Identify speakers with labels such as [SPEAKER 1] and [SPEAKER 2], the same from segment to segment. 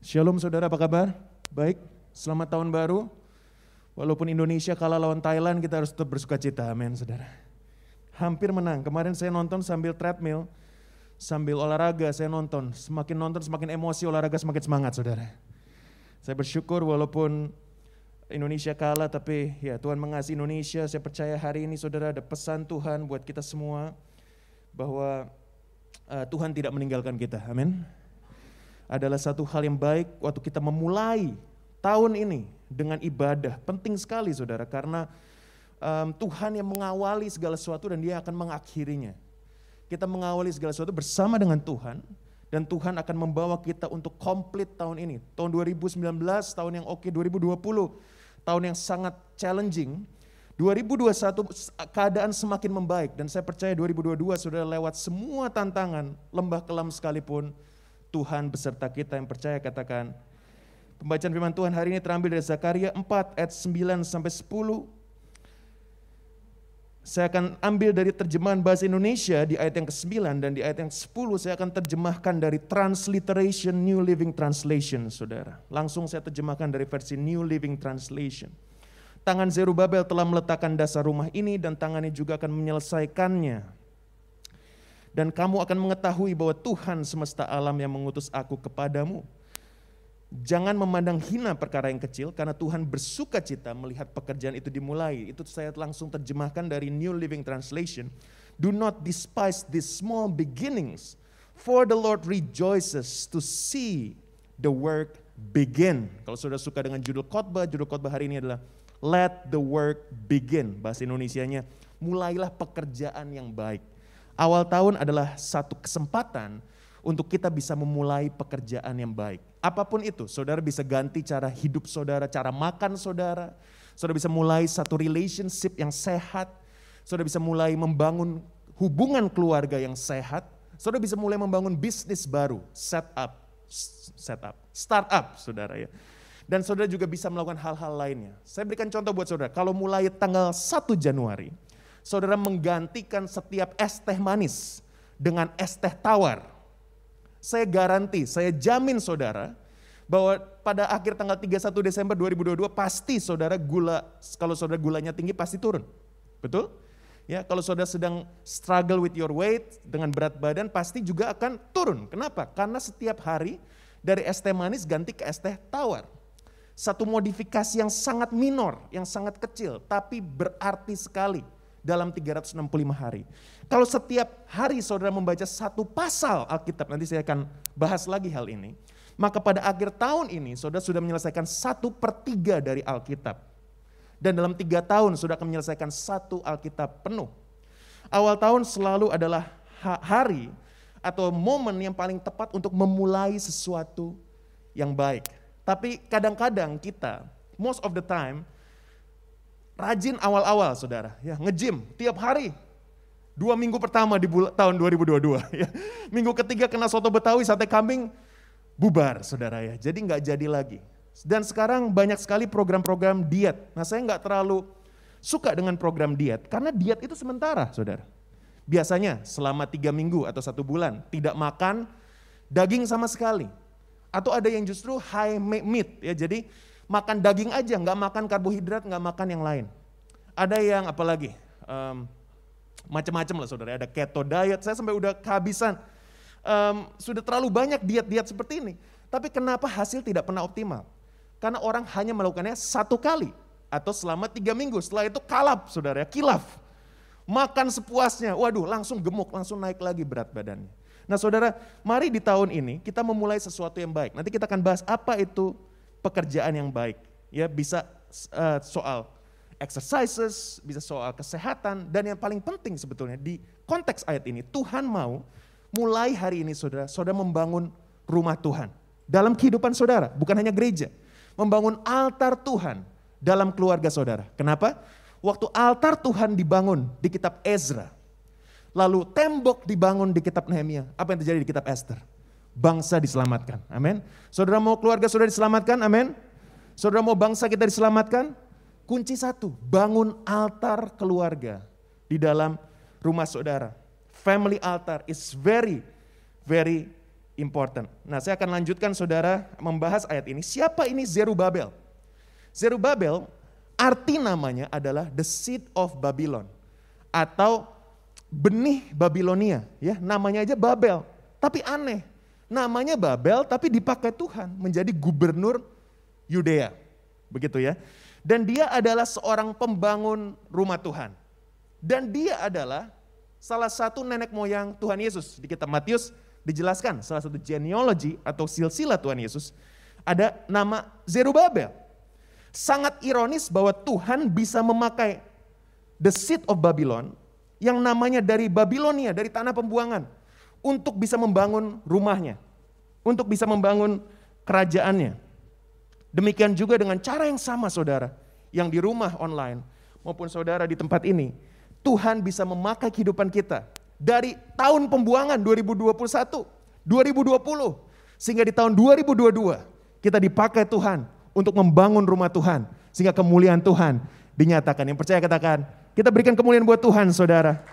[SPEAKER 1] Shalom saudara, apa kabar? Baik, selamat tahun baru. Walaupun Indonesia kalah lawan Thailand, kita harus tetap bersuka cita, amin saudara. Hampir menang, kemarin saya nonton sambil treadmill, sambil olahraga saya nonton. Semakin nonton semakin emosi, olahraga semakin semangat saudara. Saya bersyukur walaupun Indonesia kalah, tapi ya Tuhan mengasihi Indonesia. Saya percaya hari ini saudara ada pesan Tuhan buat kita semua, bahwa Tuhan tidak meninggalkan kita, amin. Adalah satu hal yang baik waktu kita memulai tahun ini dengan ibadah. Penting sekali saudara, karena Tuhan yang mengawali segala sesuatu dan Dia akan mengakhirinya. Kita mengawali segala sesuatu bersama dengan Tuhan, dan Tuhan akan membawa kita untuk komplit tahun ini. Tahun 2019, tahun yang oke, 2020, tahun yang sangat challenging. 2021 keadaan semakin membaik, dan saya percaya 2022 sudah lewat semua tantangan, lembah kelam sekalipun, Tuhan beserta kita. Yang percaya katakan. Pembacaan firman Tuhan hari ini terambil dari Zakaria 4 ayat 9 sampai 10. Saya akan ambil dari terjemahan bahasa Indonesia di ayat yang ke-9, dan di ayat yang ke-10 saya akan terjemahkan dari Transliteration New Living Translation, saudara. Langsung saya terjemahkan dari versi New Living Translation. Tangan Zerubabel telah meletakkan dasar rumah ini, dan tangannya juga akan menyelesaikannya. Dan kamu akan mengetahui bahwa Tuhan semesta alam yang mengutus aku kepadamu. Jangan memandang hina perkara yang kecil, karena Tuhan bersuka cita melihat pekerjaan itu dimulai. Itu saya langsung terjemahkan dari New Living Translation. Do not despise these small beginnings, for the Lord rejoices to see the work begin. Kalau sudah suka dengan judul khotbah hari ini adalah Let the work begin. Bahasa Indonesianya, mulailah pekerjaan yang baik. Awal tahun adalah satu kesempatan untuk kita bisa memulai pekerjaan yang baik. Apapun itu, saudara bisa ganti cara hidup saudara, cara makan saudara. Saudara bisa mulai satu relationship yang sehat. Saudara bisa mulai membangun hubungan keluarga yang sehat. Saudara bisa mulai membangun bisnis baru, startup, saudara ya. Dan saudara juga bisa melakukan hal-hal lainnya. Saya berikan contoh buat saudara, kalau mulai tanggal 1 Januari, saudara menggantikan setiap es teh manis dengan es teh tawar. Saya garanti, saya jamin saudara, bahwa pada akhir tanggal 31 Desember 2022 pasti saudara kalau saudara gulanya tinggi pasti turun. Betul? Ya, kalau saudara sedang struggle with your weight, dengan berat badan pasti juga akan turun. Kenapa? Karena setiap hari dari es teh manis ganti ke es teh tawar. Satu modifikasi yang sangat minor, yang sangat kecil, tapi berarti sekali dalam 365 hari. Kalau setiap hari saudara membaca satu pasal Alkitab, nanti saya akan bahas lagi hal ini, maka pada akhir tahun ini saudara sudah menyelesaikan 1/3 dari Alkitab. Dan dalam 3 tahun saudara akan menyelesaikan 1 Alkitab penuh. Awal tahun selalu adalah hari atau momen yang paling tepat untuk memulai sesuatu yang baik. Tapi kadang-kadang kita, most of the time, rajin awal-awal saudara, ya nge-gym tiap hari. 2 minggu pertama di tahun 2022. Ya. Minggu ketiga kena soto Betawi, sate kambing, bubar saudara ya. Jadi nggak jadi lagi. Dan sekarang banyak sekali program-program diet. Nah saya nggak terlalu suka dengan program diet, karena diet itu sementara saudara. Biasanya selama 3 minggu atau 1 bulan tidak makan daging sama sekali. Atau ada yang justru high meat, ya jadi makan daging aja, nggak makan karbohidrat, nggak makan yang lain. Ada yang apalagi, macam-macam lah saudara, ada keto diet, saya sampai udah kehabisan. Sudah terlalu banyak diet-diet seperti ini. Tapi kenapa hasil tidak pernah optimal? Karena orang hanya melakukannya 1 kali atau selama 3 minggu, setelah itu kalap saudara, kilaf. Makan sepuasnya, waduh langsung gemuk, langsung naik lagi berat badannya. Nah saudara, mari di tahun ini kita memulai sesuatu yang baik. Nanti kita akan bahas apa itu pekerjaan yang baik. Ya, bisa soal exercises, bisa soal kesehatan, dan yang paling penting sebetulnya di konteks ayat ini, Tuhan mau mulai hari ini saudara membangun rumah Tuhan dalam kehidupan saudara, bukan hanya gereja. Membangun altar Tuhan dalam keluarga saudara. Kenapa? Waktu altar Tuhan dibangun di kitab Ezra, lalu tembok dibangun di kitab Nehemia, apa yang terjadi di kitab Esther? Bangsa diselamatkan, amin. Saudara mau keluarga saudara diselamatkan, amin. Saudara mau bangsa kita diselamatkan? Kunci 1, bangun altar keluarga di dalam rumah saudara. Family altar is very important. Nah, saya akan lanjutkan saudara membahas ayat ini. Siapa ini Zerubabel? Zerubabel arti namanya adalah the seed of Babylon atau benih Babilonia, ya, namanya aja Babel. Tapi aneh, namanya Babel tapi dipakai Tuhan menjadi gubernur Yudea. Begitu ya. Dan dia adalah seorang pembangun rumah Tuhan. Dan dia adalah salah satu nenek moyang Tuhan Yesus. Di kitab Matius dijelaskan salah satu genealogi atau silsilah Tuhan Yesus ada nama Zerubabel. Sangat ironis bahwa Tuhan bisa memakai the seed of Babylon yang namanya dari Babilonia, dari tanah pembuangan, untuk bisa membangun rumahnya, untuk bisa membangun kerajaannya. Demikian juga dengan cara yang sama saudara, yang di rumah online maupun saudara di tempat ini, Tuhan bisa memakai kehidupan kita dari tahun pembuangan 2021, 2020, sehingga di tahun 2022 kita dipakai Tuhan untuk membangun rumah Tuhan, sehingga kemuliaan Tuhan dinyatakan. Yang percaya katakan, kita berikan kemuliaan buat Tuhan saudara.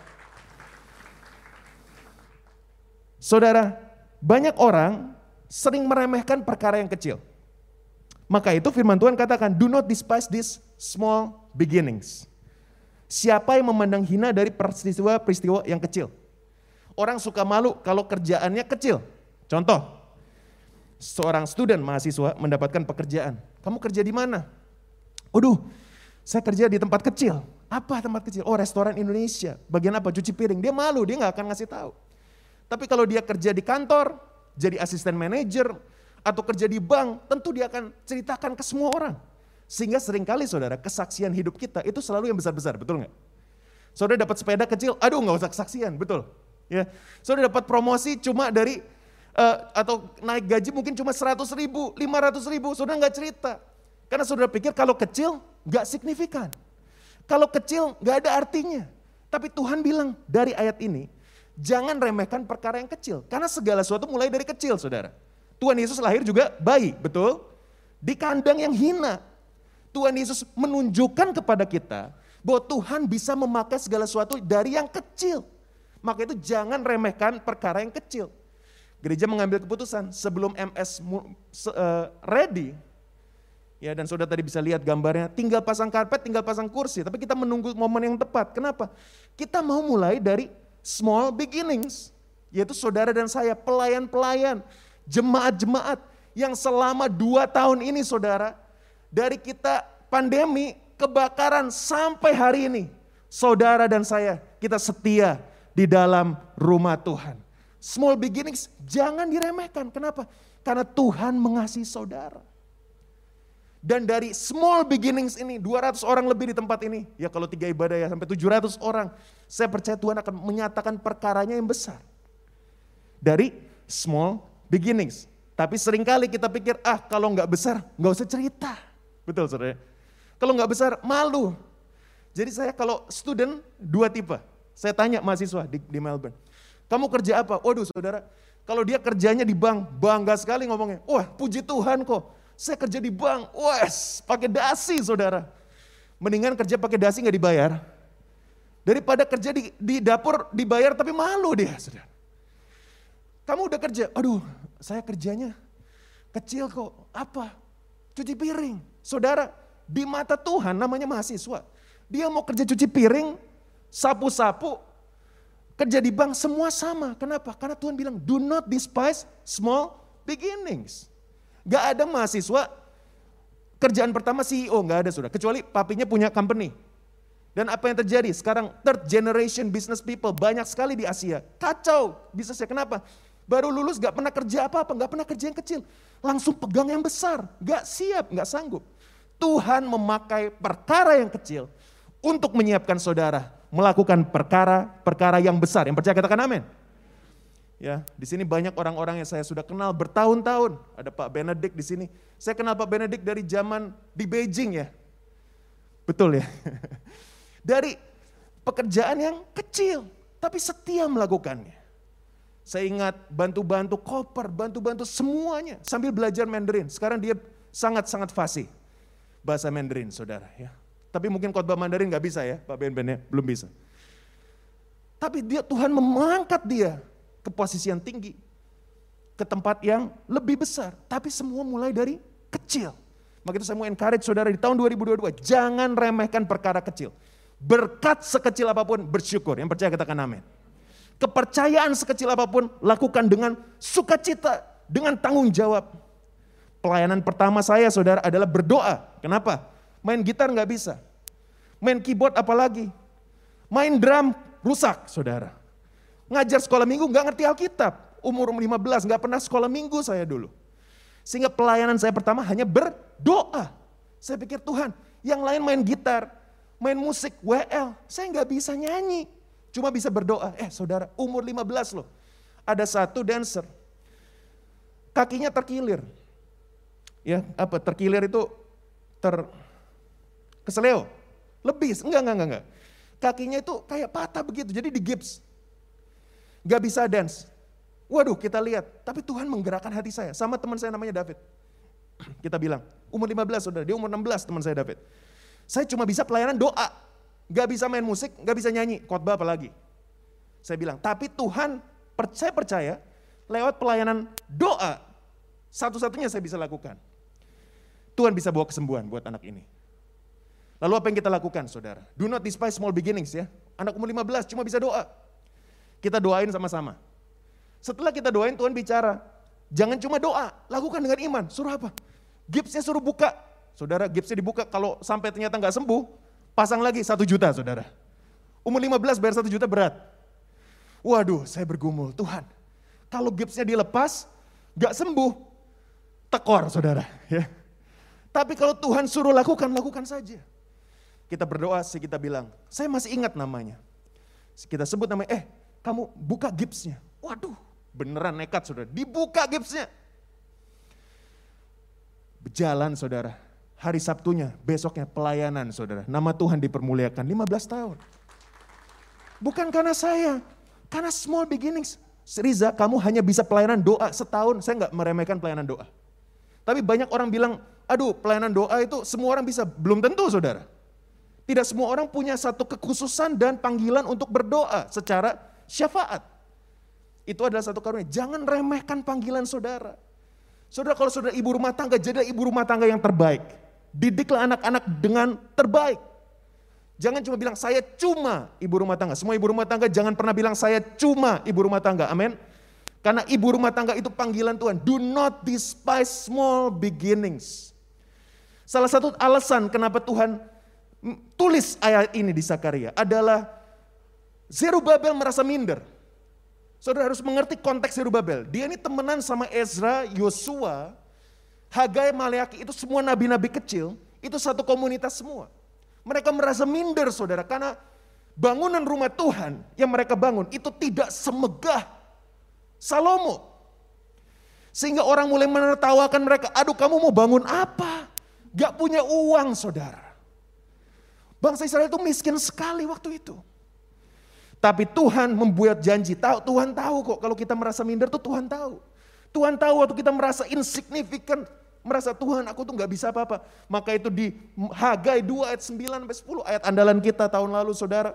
[SPEAKER 1] Saudara, banyak orang sering meremehkan perkara yang kecil. Maka itu firman Tuhan katakan, do not despise these small beginnings. Siapa yang memandang hina dari peristiwa-peristiwa yang kecil? Orang suka malu kalau kerjaannya kecil. Contoh, seorang student mahasiswa mendapatkan pekerjaan. Kamu kerja di mana? Waduh, saya kerja di tempat kecil. Apa tempat kecil? Oh, restoran Indonesia. Bagian apa? Cuci piring. Dia malu, dia gak akan ngasih tahu. Tapi kalau dia kerja di kantor, jadi asisten manajer, atau kerja di bank, tentu dia akan ceritakan ke semua orang. Sehingga seringkali saudara, kesaksian hidup kita itu selalu yang besar-besar, betul gak? Saudara dapat sepeda kecil, aduh gak usah kesaksian, betul. Ya, saudara dapat promosi cuma dari, atau naik gaji mungkin cuma 100 ribu, 500 ribu, saudara gak cerita. Karena saudara pikir kalau kecil gak signifikan. Kalau kecil gak ada artinya. Tapi Tuhan bilang dari ayat ini, jangan remehkan perkara yang kecil. Karena segala sesuatu mulai dari kecil saudara. Tuhan Yesus lahir juga bayi, betul? Di kandang yang hina. Tuhan Yesus menunjukkan kepada kita bahwa Tuhan bisa memakai segala sesuatu dari yang kecil. Maka itu jangan remehkan perkara yang kecil. Gereja mengambil keputusan sebelum MS ready, ya, dan saudara tadi bisa lihat gambarnya, tinggal pasang karpet, tinggal pasang kursi. Tapi kita menunggu momen yang tepat. Kenapa? Kita mau mulai dari small beginnings, yaitu saudara dan saya, pelayan-pelayan, jemaat-jemaat yang selama 2 tahun ini saudara, dari kita pandemi, kebakaran sampai hari ini, saudara dan saya, kita setia di dalam rumah Tuhan. Small beginnings jangan diremehkan. Kenapa? Karena Tuhan mengasihi saudara. Dan dari small beginnings ini, 200 orang lebih di tempat ini, ya kalau 3 ibadah ya sampai 700 orang, saya percaya Tuhan akan menyatakan perkaranya yang besar. Dari small beginnings. Tapi seringkali kita pikir, kalau nggak besar, nggak usah cerita. Betul saudara? Kalau nggak besar, malu. Jadi saya kalau student 2 tipe. Saya tanya mahasiswa di Melbourne, kamu kerja apa? Waduh saudara, kalau dia kerjanya di bank, bangga sekali ngomongnya. Wah puji Tuhan kok, saya kerja di bank, wes pakai dasi saudara. Mendingan kerja pakai dasi nggak dibayar, daripada kerja di dapur dibayar tapi malu dia saudara. Kamu udah kerja, aduh saya kerjanya kecil kok, apa? Cuci piring. Saudara, di mata Tuhan namanya mahasiswa. Dia mau kerja cuci piring, sapu-sapu, kerja di bank, semua sama. Kenapa? Karena Tuhan bilang, do not despise small beginnings. Gak ada mahasiswa, kerjaan pertama CEO, gak ada saudara. Kecuali papinya punya company. Dan apa yang terjadi? Sekarang third generation business people, banyak sekali di Asia. Kacau bisnisnya, kenapa? Baru lulus gak pernah kerja apa-apa, gak pernah kerja yang kecil. Langsung pegang yang besar, gak siap, gak sanggup. Tuhan memakai perkara yang kecil untuk menyiapkan saudara melakukan perkara yang besar. Yang percaya katakan amin. Ya, di sini banyak orang-orang yang saya sudah kenal bertahun-tahun. Ada Pak Benedict di sini. Saya kenal Pak Benedict dari zaman di Beijing ya. Betul ya. Dari pekerjaan yang kecil, tapi setia melakukannya. Saya ingat bantu-bantu koper, bantu-bantu semuanya sambil belajar Mandarin. Sekarang dia sangat-sangat fasih bahasa Mandarin, saudara. Ya. Tapi mungkin khotbah Mandarin nggak bisa ya, Pak Ben-Ben ya, belum bisa. Tapi Tuhan mengangkat dia ke posisi yang tinggi. ke tempat yang lebih besar. Tapi semua mulai dari kecil. Maka itu saya mau encourage saudara di tahun 2022, jangan remehkan perkara kecil. Berkat sekecil apapun bersyukur, yang percaya katakan amin. Kepercayaan sekecil apapun lakukan dengan sukacita, dengan tanggung jawab. Pelayanan pertama saya saudara adalah berdoa. Kenapa? Main gitar gak bisa. Main keyboard apalagi. Main drum rusak saudara. Ngajar sekolah minggu gak ngerti Alkitab. Umur 15 gak pernah sekolah minggu saya dulu. Sehingga pelayanan saya pertama hanya berdoa. Saya pikir Tuhan, yang lain main gitar, main musik, WL. Saya gak bisa nyanyi. Cuma bisa berdoa. Saudara, umur 15 loh. Ada satu dancer. Kakinya terkilir. Ya, terkilir itu keseleo. Lebih, enggak. Kakinya itu kayak patah begitu, jadi digips. Gak bisa dance. Waduh, kita lihat, tapi Tuhan menggerakkan hati saya. Sama teman saya namanya David. Kita bilang, umur 15 saudara, dia umur 16 teman saya David. Saya cuma bisa pelayanan doa. Gak bisa main musik, gak bisa nyanyi, khotbah apalagi. Saya bilang, tapi Tuhan, saya percaya, lewat pelayanan doa, satu-satunya saya bisa lakukan. Tuhan bisa bawa kesembuhan buat anak ini. Lalu apa yang kita lakukan saudara? Do not despise small beginnings ya. Anak umur 15 cuma bisa doa. Kita doain sama-sama. Setelah kita doain Tuhan bicara. Jangan cuma doa, lakukan dengan iman. Suruh apa? Gipsnya suruh buka. Saudara, gipsnya dibuka, kalau sampai ternyata gak sembuh, pasang lagi 1 juta saudara. Umur 15 bayar 1 juta berat. Waduh, saya bergumul, Tuhan. Kalau gipsnya dilepas, gak sembuh, tekor saudara. Ya. Tapi kalau Tuhan suruh lakukan, lakukan saja. Kita berdoa, kita bilang, saya masih ingat namanya. Kita sebut namanya, kamu buka gipsnya. Waduh, beneran nekat saudara, dibuka gipsnya. Berjalan saudara, hari Sabtunya, besoknya pelayanan saudara. Nama Tuhan dipermuliakan, 15 tahun. Bukan karena saya, karena small beginnings. Riza, kamu hanya bisa pelayanan doa setahun, saya gak meremehkan pelayanan doa. Tapi banyak orang bilang, aduh pelayanan doa itu semua orang bisa. Belum tentu saudara. Tidak semua orang punya satu kekhususan dan panggilan untuk berdoa secara syafaat. Itu adalah satu karunia. Jangan remehkan panggilan saudara. Saudara, kalau saudara ibu rumah tangga, jadilah ibu rumah tangga yang terbaik. Didiklah anak-anak dengan terbaik. Jangan cuma bilang saya cuma ibu rumah tangga. Semua ibu rumah tangga jangan pernah bilang saya cuma ibu rumah tangga. Amin. Karena ibu rumah tangga itu panggilan Tuhan. Do not despise small beginnings. Salah satu alasan kenapa Tuhan tulis ayat ini di Zakaria adalah Zerubabel merasa minder. Saudara harus mengerti konteks Zerubabel. Dia ini temenan sama Ezra, Yosua, Hagai, Maleaki, itu semua nabi-nabi kecil. Itu satu komunitas semua. Mereka merasa minder saudara, karena bangunan rumah Tuhan yang mereka bangun itu tidak semegah Salomo. Sehingga orang mulai menertawakan mereka, aduh kamu mau bangun apa? Gak punya uang saudara. Bangsa Israel itu miskin sekali waktu itu. Tapi Tuhan membuat janji, Tuhan tahu kok kalau kita merasa minder tuh Tuhan tahu. Tuhan tahu waktu kita merasa insignificant, merasa Tuhan aku tuh gak bisa apa-apa. Maka itu di Hagai 2 ayat 9-10, ayat andalan kita tahun lalu saudara.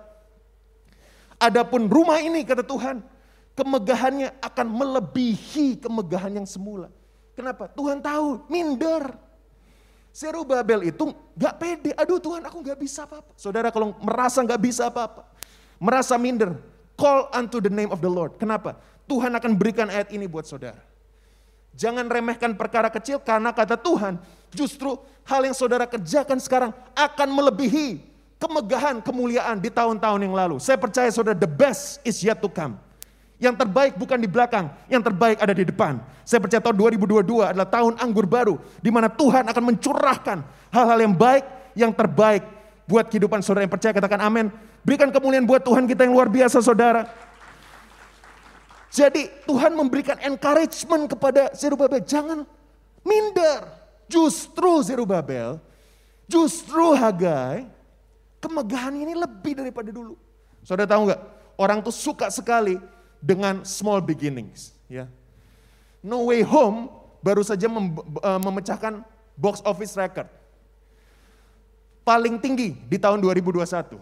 [SPEAKER 1] Adapun rumah ini kata Tuhan, kemegahannya akan melebihi kemegahan yang semula. Kenapa? Tuhan tahu, minder. Zerubabel itu gak pede, aduh Tuhan aku gak bisa apa-apa. Saudara kalau merasa gak bisa apa-apa, merasa minder, call unto the name of the Lord. Kenapa? Tuhan akan berikan ayat ini buat saudara. Jangan remehkan perkara kecil karena kata Tuhan, justru hal yang saudara kerjakan sekarang akan melebihi kemegahan, kemuliaan di tahun-tahun yang lalu. Saya percaya saudara, the best is yet to come. Yang terbaik bukan di belakang, yang terbaik ada di depan. Saya percaya tahun 2022 adalah tahun anggur baru, di mana Tuhan akan mencurahkan hal-hal yang baik, yang terbaik buat kehidupan saudara yang percaya, katakan amin. Berikan kemuliaan buat Tuhan kita yang luar biasa saudara. Jadi Tuhan memberikan encouragement kepada Zerubabel, jangan minder. Justru Zerubabel, justru Hagai, kemegahan ini lebih daripada dulu. Saudara tahu nggak? Orang tuh suka sekali dengan small beginnings. Ya. No Way Home baru saja memecahkan box office record. Paling tinggi di tahun 2021.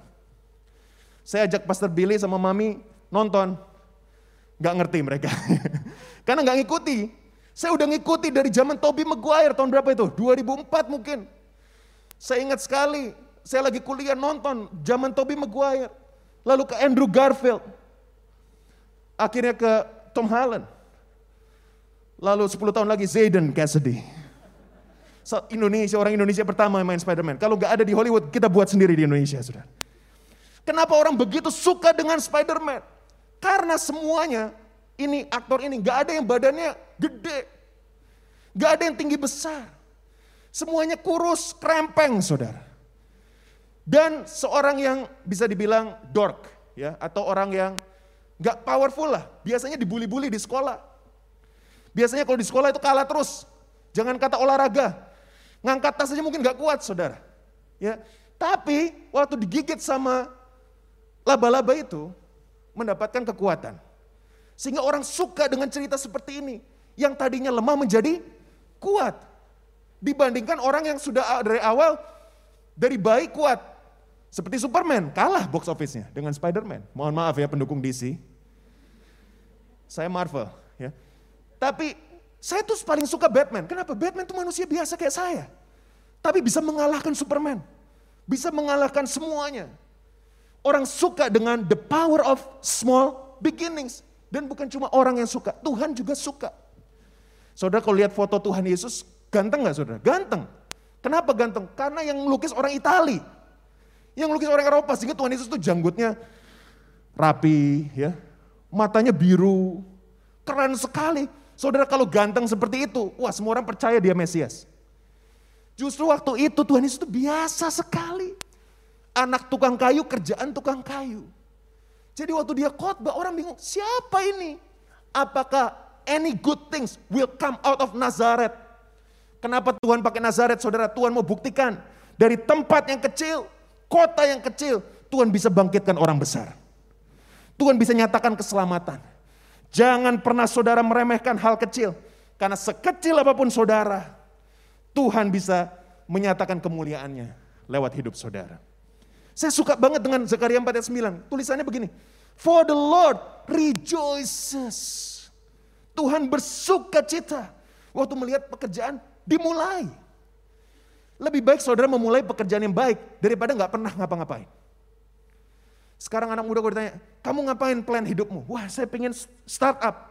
[SPEAKER 1] Saya ajak Pastor Billy sama Mami nonton. Gak ngerti mereka. Karena nggak ngikuti. Saya udah ngikuti dari zaman Tobey Maguire tahun berapa itu? 2004 mungkin. Saya ingat sekali, saya lagi kuliah nonton zaman Tobey Maguire. Lalu ke Andrew Garfield. Akhirnya ke Tom Holland. Lalu 10 tahun lagi Zayden Cassidy. Indonesia, orang Indonesia pertama yang main Spider-Man. Kalau nggak ada di Hollywood, kita buat sendiri di Indonesia, saudara. Kenapa orang begitu suka dengan Spider-Man? Karena semuanya, ini aktor ini, nggak ada yang badannya gede. Nggak ada yang tinggi besar. Semuanya kurus, krempeng, saudara. Dan seorang yang bisa dibilang dork, ya, atau orang yang nggak powerful lah. Biasanya dibully-bully di sekolah. Biasanya kalau di sekolah itu kalah terus. Jangan kata olahraga. Ngangkat tas aja mungkin gak kuat, saudara. Ya, tapi waktu digigit sama laba-laba itu, mendapatkan kekuatan. Sehingga orang suka dengan cerita seperti ini. Yang tadinya lemah menjadi kuat. Dibandingkan orang yang sudah dari awal, dari bayi kuat. Seperti Superman, kalah box office-nya dengan Spider-Man. Mohon maaf ya pendukung DC. Saya Marvel, ya. Tapi saya tuh paling suka Batman. Kenapa? Batman tuh manusia biasa kayak saya. Tapi bisa mengalahkan Superman. Bisa mengalahkan semuanya. Orang suka dengan the power of small beginnings. Dan bukan cuma orang yang suka, Tuhan juga suka. Saudara kalau lihat foto Tuhan Yesus, ganteng gak saudara? Ganteng. Kenapa ganteng? Karena yang melukis orang Itali. Yang melukis orang Eropa. Sehingga Tuhan Yesus tuh janggutnya rapi, ya, matanya biru, keren sekali. Saudara kalau ganteng seperti itu, wah semua orang percaya dia Mesias. Justru waktu itu Tuhan Yesus itu biasa sekali. Anak tukang kayu, kerjaan tukang kayu. Jadi waktu dia khotbah orang bingung, siapa ini? Apakah any good things will come out of Nazareth? Kenapa Tuhan pakai Nazaret, saudara? Tuhan mau buktikan dari tempat yang kecil, kota yang kecil, Tuhan bisa bangkitkan orang besar. Tuhan bisa nyatakan keselamatan. Jangan pernah saudara meremehkan hal kecil. Karena sekecil apapun saudara, Tuhan bisa menyatakan kemuliaannya lewat hidup saudara. Saya suka banget dengan Zekaria 4 ayat 9. Tulisannya begini. For the Lord rejoices. Tuhan bersuka cita waktu melihat pekerjaan dimulai. Lebih baik saudara memulai pekerjaan yang baik daripada gak pernah ngapa-ngapain. Sekarang anak muda gue ditanya, kamu ngapain plan hidupmu? Wah saya pengen startup.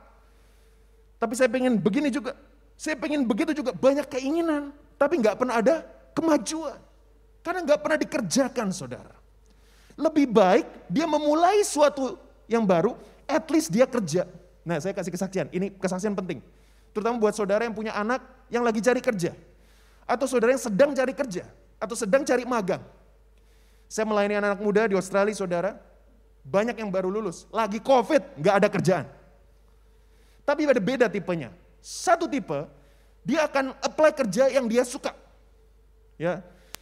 [SPEAKER 1] Tapi saya pengen begini juga. Saya pengen begitu juga. Banyak keinginan. Tapi gak pernah ada kemajuan. Karena gak pernah dikerjakan saudara. Lebih baik dia memulai suatu yang baru, at least dia kerja. Nah saya kasih kesaksian, ini kesaksian penting. Terutama buat saudara yang punya anak yang lagi cari kerja. Atau saudara yang sedang cari kerja. Atau sedang cari magang. Saya melayani anak muda di Australia, saudara. Banyak yang baru lulus. Lagi COVID, nggak ada kerjaan. Tapi ada beda tipenya. Satu tipe, dia akan apply kerja yang dia suka. Ya,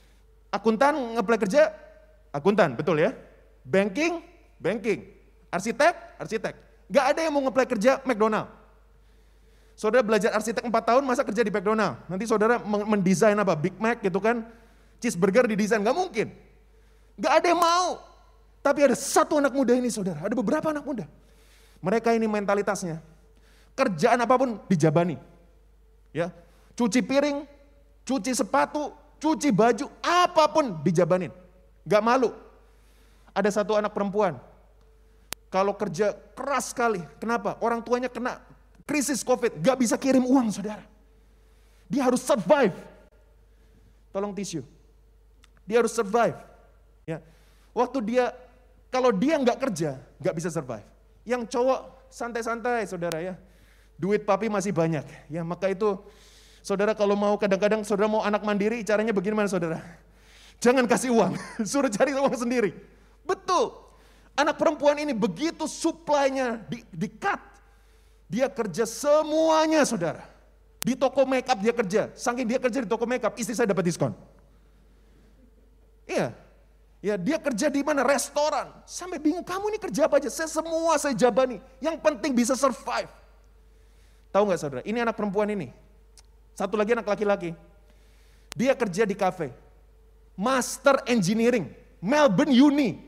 [SPEAKER 1] akuntan apply kerja, akuntan, betul ya. Banking, banking. Arsitek, arsitek. Nggak ada yang mau apply kerja McDonald. Saudara belajar arsitek 4 tahun, masa kerja di McDonald? Nanti saudara mendesain apa? Big Mac gitu kan? Cheeseburger didesain, nggak mungkin. Gak ada yang mau. Tapi ada satu anak muda ini saudara. Ada beberapa anak muda. Mereka ini mentalitasnya. Kerjaan apapun dijabani. Ya, cuci piring, cuci sepatu, cuci baju, apapun dijabanin. Gak malu. Ada satu anak perempuan. Kalau kerja keras sekali. Kenapa? Orang tuanya kena krisis COVID. Gak bisa kirim uang saudara. Dia harus survive. Tolong tisu. Dia harus survive. Ya. Waktu dia, kalau dia nggak kerja, nggak bisa survive. Yang cowok santai-santai saudara ya, duit papi masih banyak. Ya maka itu, saudara kalau mau kadang-kadang saudara mau anak mandiri, caranya bagaimana saudara? Jangan kasih uang, suruh cari uang sendiri. Betul, anak perempuan ini begitu supply-nya di-cut, dia kerja semuanya saudara. Di toko makeup dia kerja, saking dia kerja di toko makeup, istri saya dapat diskon. Iya. Ya dia kerja di mana? Restoran. Sampai bingung, kamu ini kerja apa aja? Saya jabani. Yang penting bisa survive. Tahu nggak saudara? Ini anak perempuan ini. Satu lagi anak laki-laki. Dia kerja di kafe. Master Engineering. Melbourne Uni.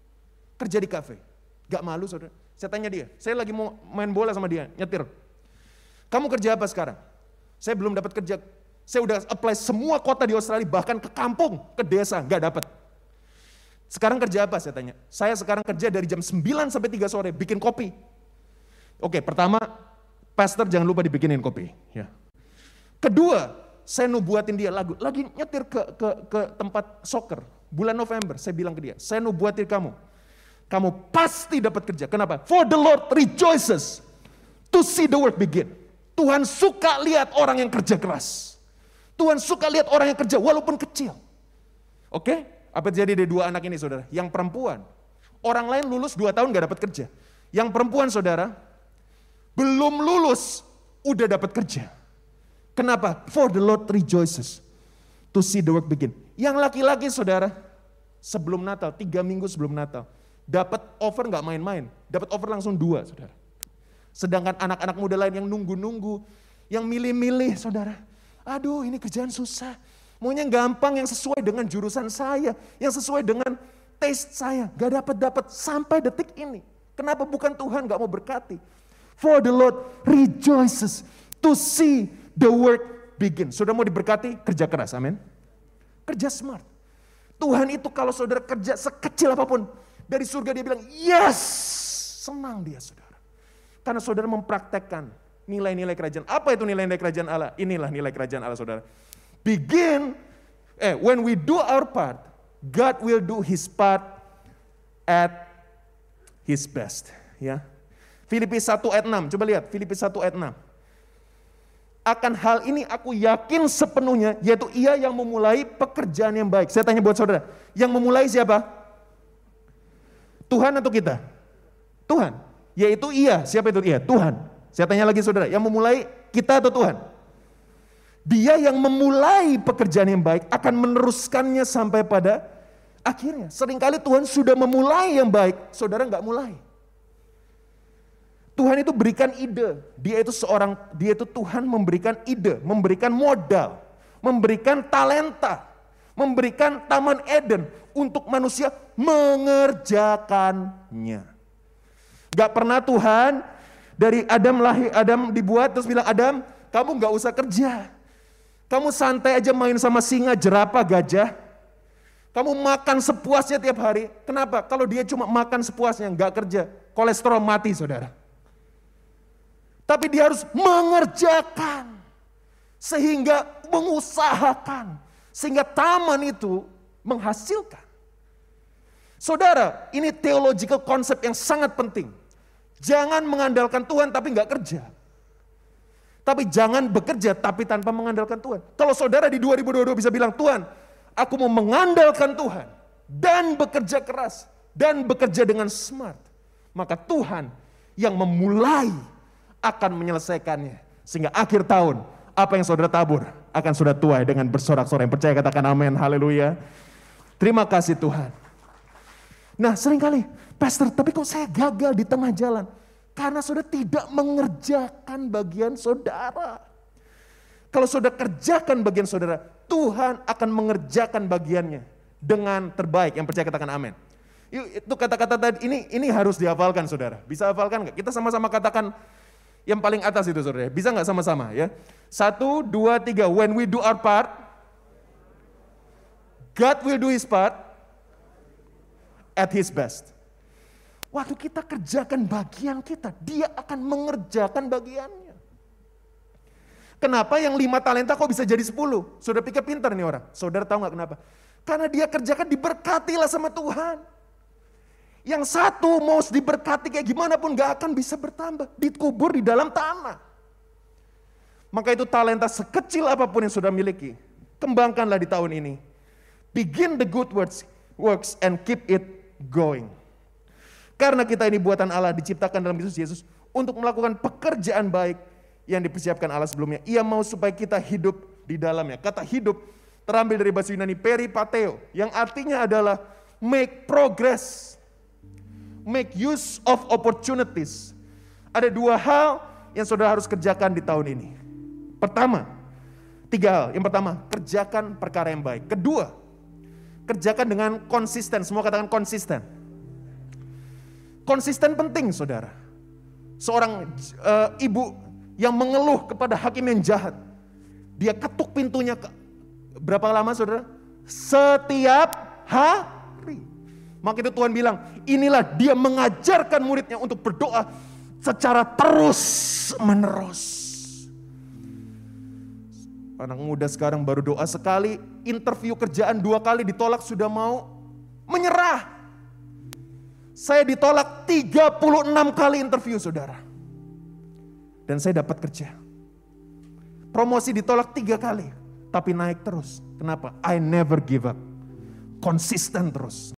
[SPEAKER 1] Kerja di kafe. Gak malu saudara? Saya tanya dia. Saya lagi mau main bola sama dia, nyetir. Kamu kerja apa sekarang? Saya belum dapat kerja. Saya udah apply semua kota di Australia, bahkan ke kampung, ke desa, nggak dapat. Sekarang kerja apa saya tanya? Saya sekarang kerja dari jam 9 sampai 3 sore, bikin kopi. Oke, pertama, pastor jangan lupa dibikinin kopi. Ya. Kedua, saya nubuatin dia lagu. Lagi nyetir ke tempat soccer, bulan November, saya bilang ke dia, saya nubuatin kamu. Kamu pasti dapat kerja. Kenapa? For the Lord rejoices to see the work begin. Tuhan suka lihat orang yang kerja keras. Tuhan suka lihat orang yang kerja walaupun kecil. Oke? Apa terjadi dari dua anak ini saudara? Yang perempuan, orang lain lulus 2 tahun gak dapat kerja. Yang perempuan saudara, belum lulus udah dapat kerja. Kenapa? For the Lord rejoices to see the work begin. Yang laki-laki saudara, sebelum Natal, 3 minggu sebelum Natal, dapat offer gak main-main, dapat offer langsung 2 saudara. Sedangkan anak-anak muda lain yang nunggu-nunggu, yang milih-milih saudara. Aduh ini kerjaan susah, maunya gampang yang sesuai dengan jurusan saya, yang sesuai dengan taste saya, gak dapat sampai detik ini. Kenapa bukan Tuhan gak mau berkati? For the Lord rejoices to see the work begin. Saudara mau diberkati, kerja keras, amin. Kerja smart. Tuhan itu kalau saudara kerja sekecil apapun, dari surga dia bilang yes, senang dia saudara. Karena saudara mempraktekkan nilai-nilai kerajaan. Apa itu nilai-nilai kerajaan Allah? Inilah nilai kerajaan Allah saudara. When we do our part, God will do His part at His best. Ya. Filipi 1 ayat 6, coba lihat Filipi 1 ayat 6. Akan hal ini aku yakin sepenuhnya, yaitu Ia yang memulai pekerjaan yang baik. Saya tanya buat saudara, yang memulai siapa? Tuhan atau kita? Tuhan. Yaitu Ia, siapa itu Ia? Tuhan. Saya tanya lagi saudara, yang memulai kita atau Tuhan? Dia yang memulai pekerjaan yang baik akan meneruskannya sampai pada akhirnya. Seringkali Tuhan sudah memulai yang baik, saudara nggak mulai. Tuhan itu berikan ide, dia itu Tuhan memberikan ide, memberikan modal, memberikan talenta, memberikan Taman Eden untuk manusia mengerjakannya. Gak pernah Tuhan dari Adam dibuat terus bilang, Adam kamu gak usah kerja, kamu santai aja main sama singa, jerapah, gajah, kamu makan sepuasnya tiap hari. Kenapa? Kalau dia cuma makan sepuasnya gak kerja, kolesterol mati saudara. Tapi dia harus mengerjakan, sehingga mengusahakan, sehingga taman itu menghasilkan. Saudara, ini theological konsep yang sangat penting. Jangan mengandalkan Tuhan tapi nggak kerja. Tapi jangan bekerja tapi tanpa mengandalkan Tuhan. Kalau saudara di 2022 bisa bilang, Tuhan, aku mau mengandalkan Tuhan dan bekerja keras dan bekerja dengan smart, maka Tuhan yang memulai akan menyelesaikannya. Sehingga akhir tahun, apa yang saudara tabur akan sudah tuai dengan bersorak-sorai. Yang percaya katakan amin, haleluya. Terima kasih Tuhan. Nah seringkali, pastor tapi kok saya gagal di tengah jalan? Karena saudara tidak mengerjakan bagian saudara. Kalau saudara kerjakan bagian saudara, Tuhan akan mengerjakan bagiannya dengan terbaik. Yang percaya katakan amin. Itu kata-kata tadi, ini harus dihafalkan saudara. Bisa hafalkan nggak? Kita sama-sama katakan yang paling atas itu saudara. Bisa nggak sama-sama ya? 1, 2, 3. When we do our part, God will do His part at His best. Waktu kita kerjakan bagian kita, Dia akan mengerjakan bagiannya. Kenapa yang 5 talenta kok bisa jadi 10? Saudara pikir pintar nih orang. Saudara tahu nggak kenapa? Karena dia kerjakan diberkatilah sama Tuhan. Yang 1 mau diberkati kayak gimana pun gak akan bisa bertambah. Dikubur di dalam tanah. Maka itu talenta sekecil apapun yang sudah miliki, kembangkanlah di tahun ini. Begin the good works and keep it going. Karena kita ini buatan Allah, diciptakan dalam Kristus Yesus untuk melakukan pekerjaan baik yang dipersiapkan Allah sebelumnya. Ia mau supaya kita hidup di dalamnya. Kata hidup terambil dari bahasa Yunani peripateo, yang artinya adalah make progress, make use of opportunities. Ada 2 hal yang saudara harus kerjakan di tahun ini. Pertama, 3 hal. Yang pertama, kerjakan perkara yang baik. Kedua, kerjakan dengan konsisten. Semua katakan konsisten. Konsisten penting saudara. Seorang ibu yang mengeluh kepada hakim yang jahat. Dia ketuk pintunya. Berapa lama saudara? Setiap hari. Maka itu Tuhan bilang, inilah dia mengajarkan muridnya untuk berdoa secara terus menerus. Anak muda sekarang baru doa sekali, interview kerjaan 2 kali ditolak sudah mau menyerah. Saya ditolak 36 kali interview saudara. Dan saya dapat kerja. Promosi ditolak 3 kali, tapi naik terus. Kenapa? I never give up. Konsisten terus.